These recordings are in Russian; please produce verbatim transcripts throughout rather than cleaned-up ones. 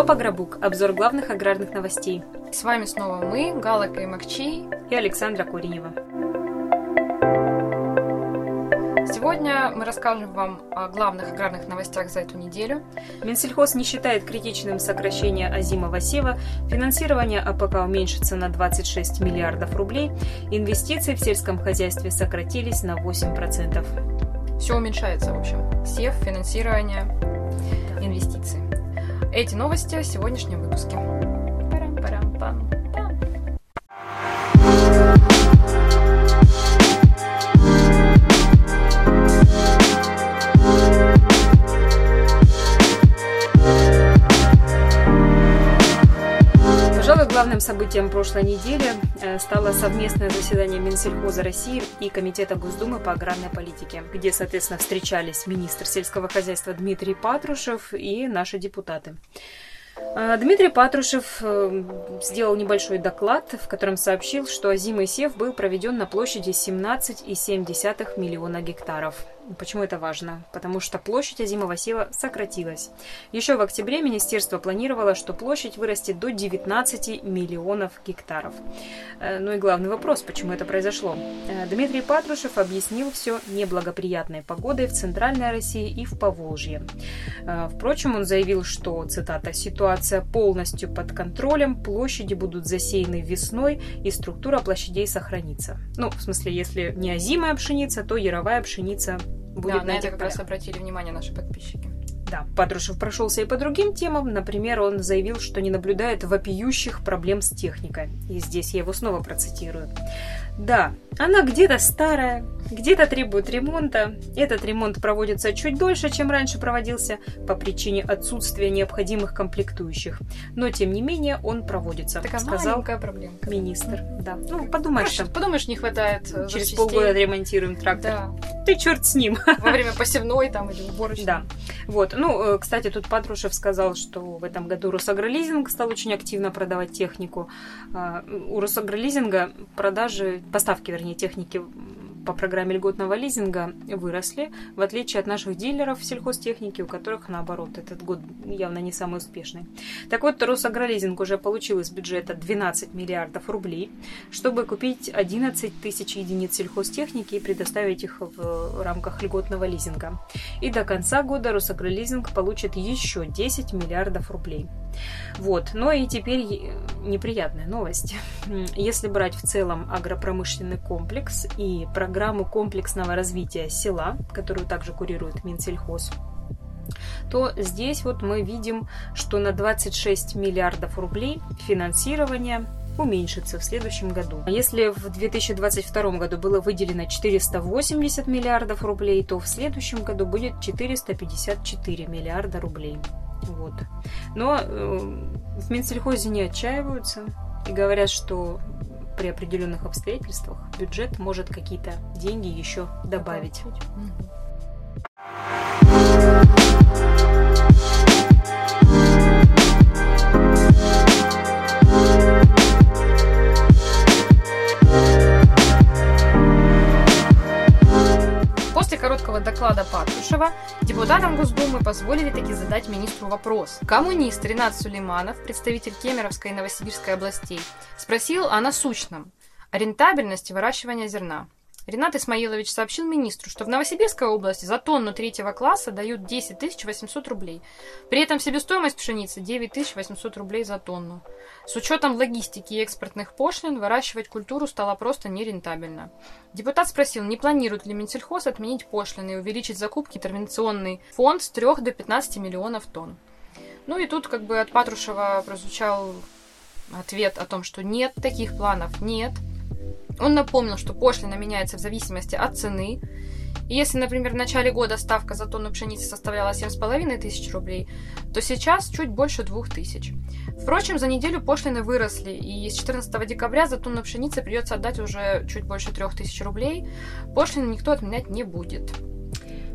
Топ Агробук. Обзор главных аграрных новостей. С вами снова мы, Гала Каймакчи и Александра Куренева. Сегодня мы расскажем вам о главных аграрных новостях за эту неделю. Минсельхоз не считает критичным сокращение озимого сева, финансирование АПК уменьшится на двадцать шесть миллиардов рублей, инвестиции в сельском хозяйстве сократились на восемь процентов. Все уменьшается, в общем. Сев, финансирование, инвестиции. Эти новости в сегодняшнем выпуске. Парам-парам-пам. Главным событием прошлой недели стало совместное заседание Минсельхоза России и Комитета Госдумы по аграрной политике, где, соответственно, встречались министр сельского хозяйства Дмитрий Патрушев и наши депутаты. Дмитрий Патрушев сделал небольшой доклад, в котором сообщил, что озимый сев был проведен на площади семнадцать целых семь десятых миллиона гектаров. Почему это важно? Потому что площадь озимого сева сократилась. Еще в октябре министерство планировало, что площадь вырастет до девятнадцати миллионов гектаров. Ну и главный вопрос, почему это произошло? Дмитрий Патрушев объяснил все неблагоприятной погодой в Центральной России и в Поволжье. Впрочем, он заявил, что, цитата, «ситуация полностью под контролем, площади будут засеяны весной и структура площадей сохранится». Ну, в смысле, если не озимая пшеница, то яровая пшеница будет. Да, на, на это как раз обратили внимание наши подписчики. Да, Патрушев прошелся и по другим темам. Например, он заявил, что не наблюдает вопиющих проблем с техникой. И здесь я его снова процитирую. Да, она где-то старая, где-то требует ремонта. Этот ремонт проводится чуть дольше, чем раньше проводился, по причине отсутствия необходимых комплектующих. Но, тем не менее, он проводится, такая сказал проблемка. Министр. Да. Ну, подумаешь, Проще, подумаешь, не хватает через запчастей. Полгода отремонтируем трактор. Да. Ты черт с ним. Во время посевной там или уборочной. Да. Вот. Ну, кстати, тут Патрушев сказал, что в этом году Росагролизинг стал очень активно продавать технику. У Росагролизинга продажи, поставки, вернее, техники по программе льготного лизинга выросли, в отличие от наших дилеров сельхозтехники, у которых, наоборот, этот год явно не самый успешный. Так вот, Росагролизинг уже получил из бюджета двенадцать миллиардов рублей, чтобы купить одиннадцать тысяч единиц сельхозтехники и предоставить их в рамках льготного лизинга. И до конца года Росагролизинг получит еще десять миллиардов рублей. Вот. Но и теперь неприятная новость. Если брать в целом агропромышленный комплекс и программу комплексного развития села, которую также курирует Минсельхоз, то здесь вот мы видим, что на двадцать шесть миллиардов рублей финансирование уменьшится в следующем году. Если в две тысячи двадцать втором году было выделено четыреста восемьдесят миллиардов рублей, то в следующем году будет четыреста пятьдесят четыре миллиарда рублей. Вот. Но э, в Минсельхозе не отчаиваются и говорят, что при определенных обстоятельствах бюджет может какие-то деньги еще добавить. После короткого доклада Патрушева депутатам Госдумы позволили таки задать министру вопрос. Коммунист Ринат Сулейманов, представитель Кемеровской и Новосибирской областей, спросил о насущном, о рентабельности выращивания зерна. Ринат Исмаилович сообщил министру, что в Новосибирской области за тонну третьего класса дают десять тысяч восемьсот рублей. При этом себестоимость пшеницы девять тысяч восемьсот рублей за тонну. С учетом логистики и экспортных пошлин выращивать культуру стало просто нерентабельно. Депутат спросил, не планирует ли Минсельхоз отменить пошлины и увеличить закупки интервенционный фонд с трёх до пятнадцати миллионов тонн. Ну и тут как бы от Патрушева прозвучал ответ о том, что нет, таких планов нет. Он напомнил, что пошлина меняется в зависимости от цены. И если, например, в начале года ставка за тонну пшеницы составляла семь с половиной тысяч рублей, то сейчас чуть больше двух тысяч. Впрочем, за неделю пошлины выросли, и с четырнадцатого декабря за тонну пшеницы придется отдать уже чуть больше трех тысяч рублей. Пошлины никто отменять не будет.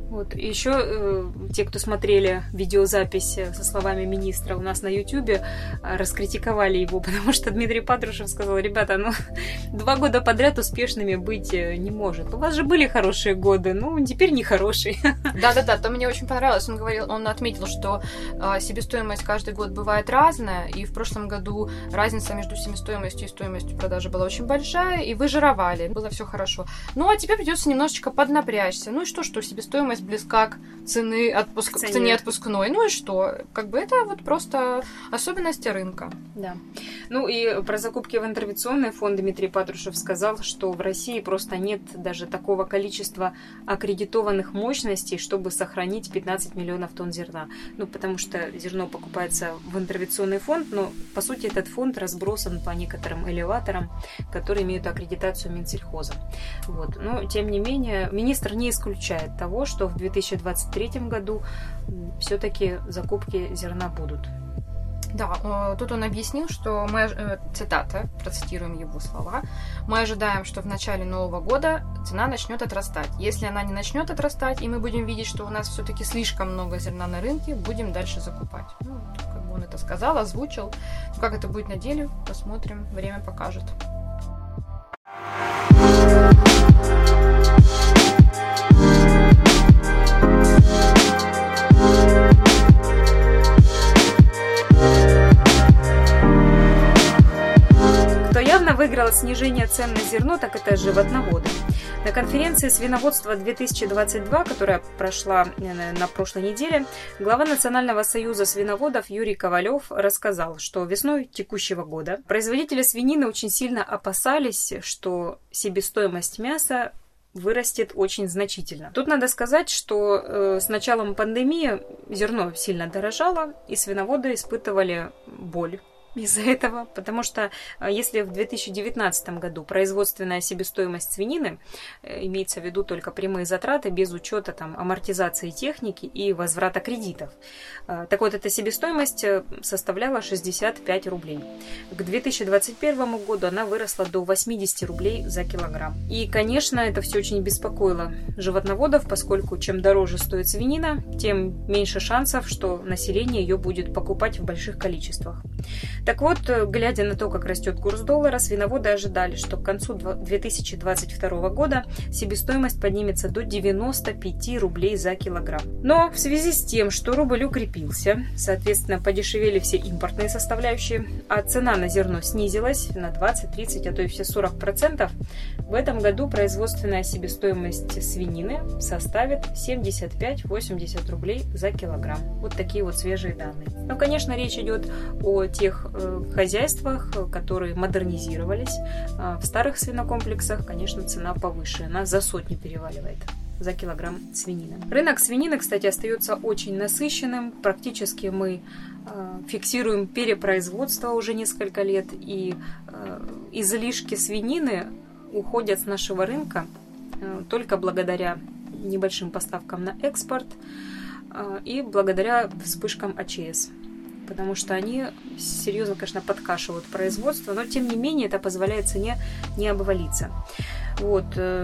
Вот. И еще э, те, кто смотрели видеозапись со словами министра у нас на Ютубе, э, раскритиковали его, потому что Дмитрий Патрушев сказал: ребята, ну, два года подряд успешными быть не может. У вас же были хорошие годы, ну, теперь не хорошие. Да-да-да, то мне очень понравилось. Он говорил, он отметил, что э, себестоимость каждый год бывает разная, и в прошлом году разница между себестоимостью и стоимостью продажи была очень большая, и вы жировали, было все хорошо. Ну, а теперь придется немножечко поднапрячься. Ну и что, что себестоимость близка к цены отпуск... к цене отпускной. Ну и что? Как бы это вот просто особенности рынка. Да. Ну и про закупки в интервенционный фонд Дмитрий Патрушев сказал, что в России просто нет даже такого количества аккредитованных мощностей, чтобы сохранить пятнадцать миллионов тонн зерна. Ну, потому что зерно покупается в интервенционный фонд, но, по сути, этот фонд разбросан по некоторым элеваторам, которые имеют аккредитацию Минсельхоза. Вот. Но, тем не менее, министр не исключает того, что в две тысячи двадцать третьем году все-таки закупки зерна будут. Да, тут он объяснил, что мы, цитата, процитируем его слова, мы ожидаем, что в начале нового года цена начнет отрастать. Если она не начнет отрастать, и мы будем видеть, что у нас все-таки слишком много зерна на рынке, будем дальше закупать. Ну, как бы он это сказал, озвучил. Но как это будет на деле, посмотрим, время покажет. Выиграло снижение цен на зерно, так это животноводы. На конференции «Свиноводство две тысячи двадцать два», которая прошла на прошлой неделе, глава Национального союза свиноводов Юрий Ковалев рассказал, что весной текущего года производители свинины очень сильно опасались, что себестоимость мяса вырастет очень значительно. Тут надо сказать, что э, с началом пандемии зерно сильно дорожало, и свиноводы испытывали боль из-за этого, потому что если в две тысячи девятнадцатом году производственная себестоимость свинины, имеется в виду только прямые затраты без учета там амортизации техники и возврата кредитов, так вот эта себестоимость составляла шестьдесят пять рублей. К две тысячи двадцать первому году она выросла до восемьдесят рублей за килограмм. И, конечно, это все очень беспокоило животноводов, поскольку чем дороже стоит свинина, тем меньше шансов, что население ее будет покупать в больших количествах. Так вот, глядя на то, как растет курс доллара, свиноводы ожидали, что к концу две тысячи двадцать второго года себестоимость поднимется до девяноста пяти рублей за килограмм. Но в связи с тем, что рубль укрепился, соответственно, подешевели все импортные составляющие, а цена на зерно снизилась на двадцать, тридцать, а то и все сорок процентов, в этом году производственная себестоимость свинины составит семьдесят пять - восемьдесят рублей за килограмм. Вот такие вот свежие данные. Но, конечно, речь идет о тех хозяйствах, которые модернизировались. В старых свинокомплексах, конечно, цена повыше. Она за сотню переваливает за килограмм свинины. Рынок свинины, кстати, остается очень насыщенным. Практически мы фиксируем перепроизводство уже несколько лет. И излишки свинины уходят с нашего рынка только благодаря небольшим поставкам на экспорт и благодаря вспышкам АЧС. Потому что они серьезно, конечно, подкашивают производство, но, тем не менее, это позволяет цене не обвалиться. Вот.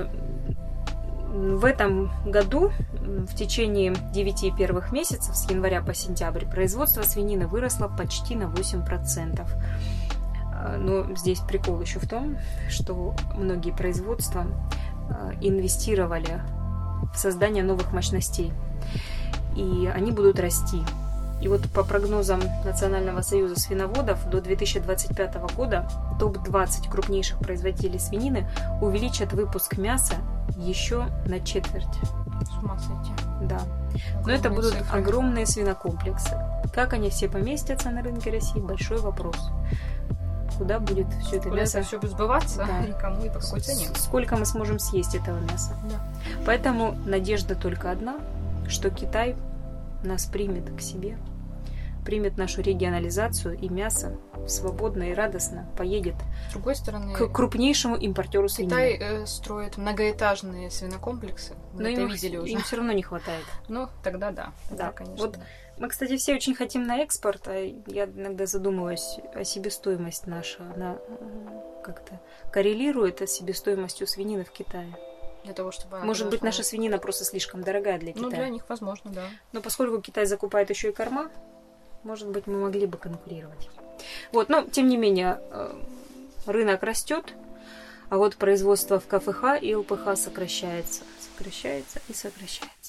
В этом году, в течение девяти первых месяцев, с января по сентябрь, производство свинины выросло почти на восемь процентов. Но здесь прикол еще в том, что многие производства инвестировали в создание новых мощностей, и они будут расти. И вот по прогнозам Национального союза свиноводов до две тысячи двадцать пятого года топ двадцать крупнейших производителей свинины увеличат выпуск мяса еще на четверть. С ума сойти. Да. Но это будут цифры. Огромные свинокомплексы. Как они все поместятся на рынке России, большой вопрос. Куда будет все это Куда мясо? Это все будет сбываться, да. И кому и по какой цене. Сколько мы сможем съесть этого мяса? Да. Поэтому надежда только одна, что Китай нас примет к себе, примет нашу регионализацию, и мясо свободно и радостно поедет С другой стороны, к крупнейшему импортеру свинины. Китай э, строит многоэтажные свинокомплексы. Мы Но это им, видели уже. им все равно не хватает. Ну, тогда да. Да, да конечно. Вот да. мы, кстати, все очень хотим на экспорт, а я иногда задумываюсь, а себестоимость наша, она как-то коррелирует с себестоимостью свинины в Китае. для того, чтобы... она Может быть, была- наша свинина просто слишком дорогая для Китая. Ну, для них, возможно, да. Но поскольку Китай закупает еще и корма, может быть, мы могли бы конкурировать. Вот, но, тем не менее, э, рынок растет, а вот производство в ка эф ха и эл пэ ха сокращается. Сокращается и сокращается.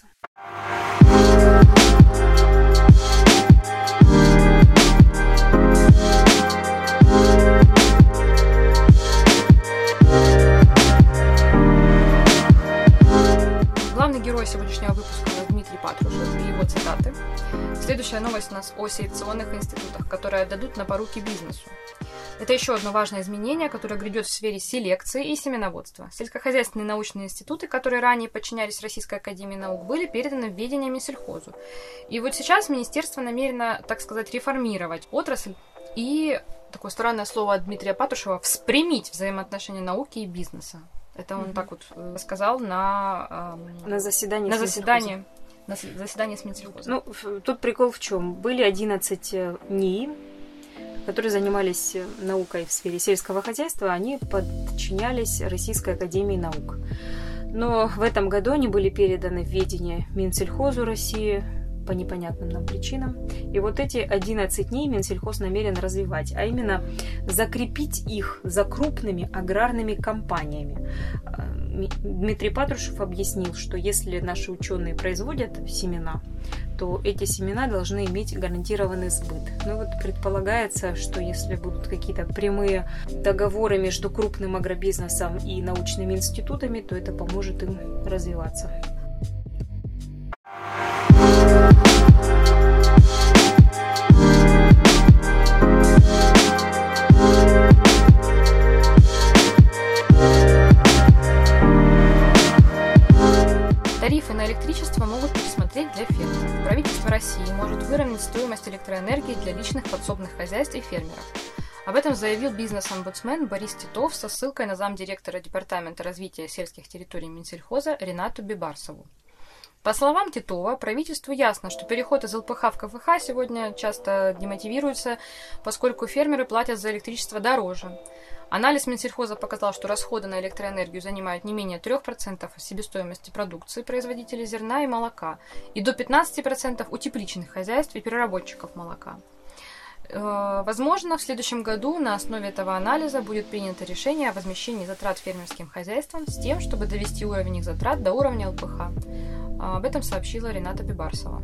Главный герой сегодняшнего выпуска Дмитрий Патрушев и его цитаты. Следующая новость у нас о селекционных институтах, которые отдадут на поруки бизнесу. Это еще одно важное изменение, которое грядет в сфере селекции и семеноводства. Сельскохозяйственные научные институты, которые ранее подчинялись Российской академии наук, были переданы в ведение Минсельхозу. И вот сейчас министерство намерено, так сказать, реформировать отрасль и, такое странное слово от Дмитрия Патрушева, вспрямить взаимоотношения науки и бизнеса. Это он mm-hmm. так вот сказал на, э, на заседании. На заседании. На заседании с Минсельхозом. Ну, тут прикол в чем? Были одиннадцать НИИ, которые занимались наукой в сфере сельского хозяйства, они подчинялись Российской академии наук. Но в этом году они были переданы в ведение Минсельхозу России по непонятным нам причинам. И вот эти одиннадцать НИИ Минсельхоз намерен развивать, а именно закрепить их за крупными аграрными компаниями. Дмитрий Патрушев объяснил, что если наши ученые производят семена, то эти семена должны иметь гарантированный сбыт. Ну вот предполагается, что если будут какие-то прямые договоры между крупным агробизнесом и научными институтами, то это поможет им развиваться. Тарифы на электричество могут пересмотреть для фермеров. Правительство России может выровнять стоимость электроэнергии для личных подсобных хозяйств и фермеров. Об этом заявил бизнес-омбудсмен Борис Титов со ссылкой на замдиректора Департамента развития сельских территорий Минсельхоза Ренату Бибарсову. По словам Титова, правительству ясно, что переход из эл пэ ха в ка эф ха сегодня часто демотивируется, поскольку фермеры платят за электричество дороже. Анализ Минсельхоза показал, что расходы на электроэнергию занимают не менее трех процентов себестоимости продукции производителей зерна и молока и до пятнадцати процентов у тепличных хозяйств и переработчиков молока. Возможно, в следующем году на основе этого анализа будет принято решение о возмещении затрат фермерским хозяйствам с тем, чтобы довести уровень их затрат до уровня эл пэ ха. Об этом сообщила Рената Бибарсова.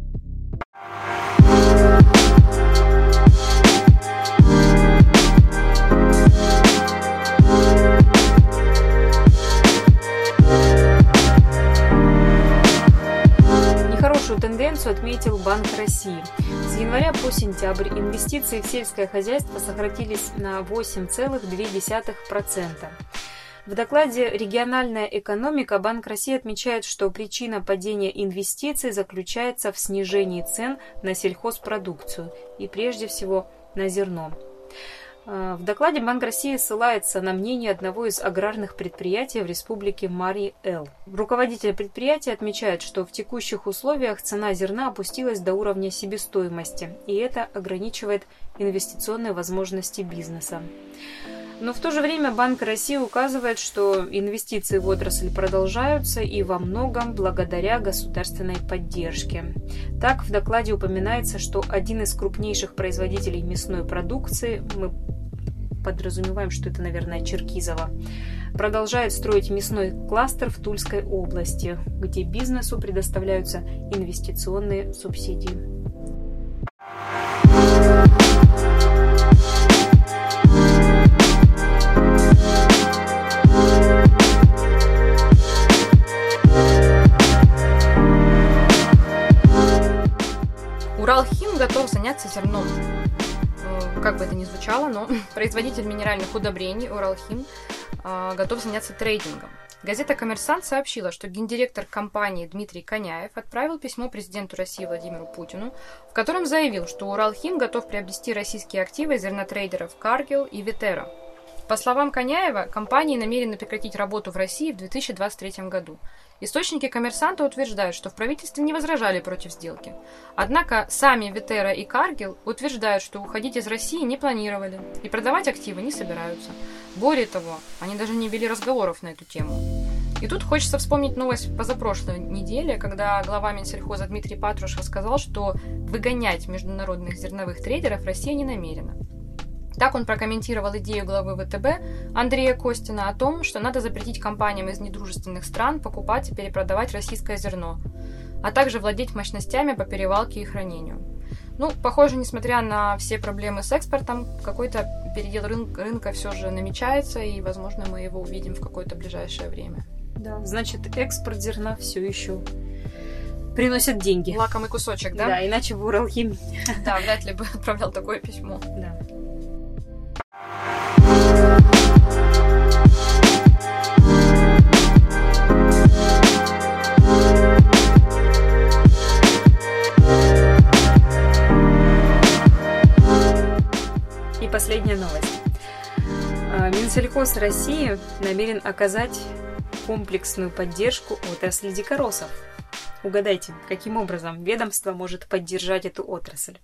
Нехорошую тенденцию отметил Банк России. С января по сентябрь инвестиции в сельское хозяйство сократились на восемь целых две десятых процента. В докладе «Региональная экономика» Банк России отмечает, что причина падения инвестиций заключается в снижении цен на сельхозпродукцию и прежде всего на зерно. В докладе Банк России ссылается на мнение одного из аграрных предприятий в республике Марий-Эл. Руководитель предприятия отмечает, что в текущих условиях цена зерна опустилась до уровня себестоимости, и это ограничивает инвестиционные возможности бизнеса. Но в то же время Банк России указывает, что инвестиции в отрасль продолжаются и во многом благодаря государственной поддержке. Так, в докладе упоминается, что один из крупнейших производителей мясной продукции, мы подразумеваем, что это, наверное, Черкизово, продолжает строить мясной кластер в Тульской области, где бизнесу предоставляются инвестиционные субсидии. Уралхим готов заняться зерном. Как бы это ни звучало, но производитель минеральных удобрений Уралхим готов заняться трейдингом. Газета «Коммерсант» сообщила, что гендиректор компании Дмитрий Коняев отправил письмо президенту России Владимиру Путину, в котором заявил, что Уралхим готов приобрести российские активы зернотрейдеров Cargill и Viterra. По словам Коняева, компании намерены прекратить работу в России в две тысячи двадцать третьем году. Источники «Коммерсанта» утверждают, что в правительстве не возражали против сделки. Однако сами Viterra и Cargill утверждают, что уходить из России не планировали и продавать активы не собираются. Более того, они даже не вели разговоров на эту тему. И тут хочется вспомнить новость позапрошлой недели, когда глава Минсельхоза Дмитрий Патрушев сказал, что выгонять международных зерновых трейдеров Россия не намерена. Так он прокомментировал идею главы ВТБ Андрея Костина о том, что надо запретить компаниям из недружественных стран покупать и перепродавать российское зерно, а также владеть мощностями по перевалке и хранению. Ну, похоже, несмотря на все проблемы с экспортом, какой-то передел рын- рынка все же намечается, и, возможно, мы его увидим в какое-то ближайшее время. Да, значит, экспорт зерна все еще приносит деньги. Лакомый кусочек, да? Да, иначе бы Уралхимия. Да, вряд ли бы отправлял такое письмо. Да. И последняя новость. Минсельхоз России намерен оказать комплексную поддержку отрасли дикоросов. Угадайте, каким образом ведомство может поддержать эту отрасль?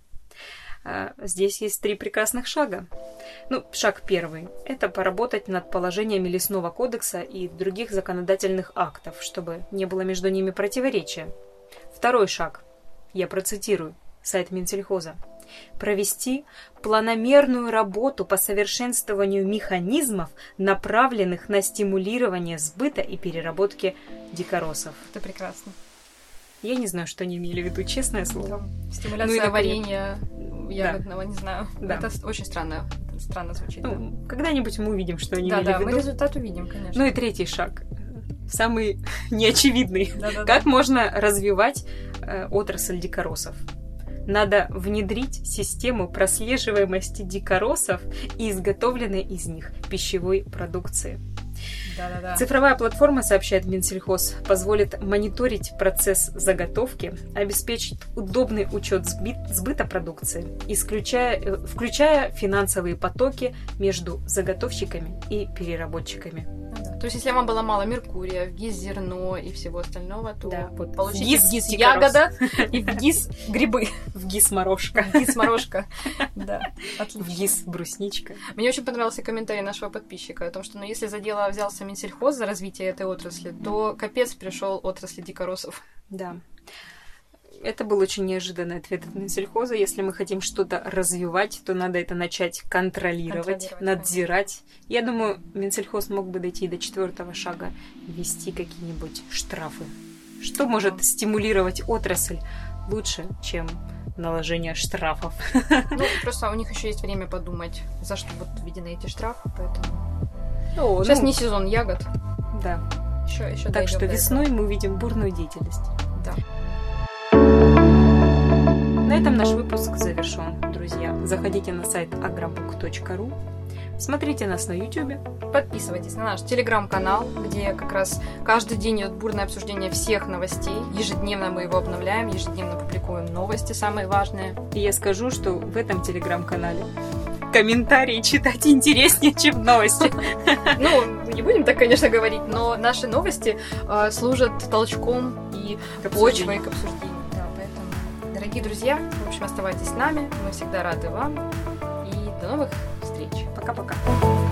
Здесь есть три прекрасных шага. Ну, шаг первый – это поработать над положениями Лесного кодекса и других законодательных актов, чтобы не было между ними противоречия. Второй шаг, я процитирую сайт Минсельхоза, провести планомерную работу по совершенствованию механизмов, направленных на стимулирование сбыта и переработки дикоросов. Это прекрасно. Я не знаю, что они имели в виду, честное слово. Стимуляция ну, варенья ягодного, да. не знаю. Да. Это очень странно, странно звучит. Ну, да. Когда-нибудь мы увидим, что они да, имели да, в виду. мы результат увидим, конечно. Ну и третий шаг, самый неочевидный. Да-да-да. Как можно развивать э, отрасль дикоросов? Надо внедрить систему прослеживаемости дикоросов и изготовленной из них пищевой продукции. Да-да-да. Цифровая платформа, сообщает Минсельхоз, позволит мониторить процесс заготовки, обеспечить удобный учет сбыта продукции, исключая, включая финансовые потоки между заготовщиками и переработчиками. Да. То есть, если вам было мало Меркурия, в ГИС зерно и всего остального, то да, вот получите ГИС, в ГИС дикорос. ягода и в ГИС грибы. В ГИС морожка. В ГИС морожка. Да, отлично. В ГИС брусничка. Мне очень понравился комментарий нашего подписчика о том, что ну, если за дело взялся Минсельхоз за развитие этой отрасли, то капец пришел отрасли дикоросов. Да. Это был очень неожиданный ответ от Минсельхоза. Если мы хотим что-то развивать, то надо это начать контролировать, контролировать надзирать. Конечно. Я думаю, Минсельхоз мог бы дойти до четвертого шага, ввести какие-нибудь штрафы. Что может стимулировать отрасль лучше, чем наложение штрафов? Ну, просто у них еще есть время подумать, за что будут введены эти штрафы, поэтому... О, Сейчас ну, не сезон ягод. Да. Еще, еще так что весной мы увидим бурную деятельность. Да. На этом наш выпуск завершен, друзья. Заходите на сайт агробук точка ру, смотрите нас на YouTube. Подписывайтесь на наш телеграм-канал, где как раз каждый день идет бурное обсуждение всех новостей. Ежедневно мы его обновляем, ежедневно публикуем новости, самые важные. И я скажу, что в этом телеграм-канале комментарии читать интереснее, чем новости. Ну, не будем так, конечно, говорить, но наши новости э, служат толчком и почвой к обсуждению. Да, поэтому, дорогие друзья, в общем, оставайтесь с нами, мы всегда рады вам, и до новых встреч. Пока-пока.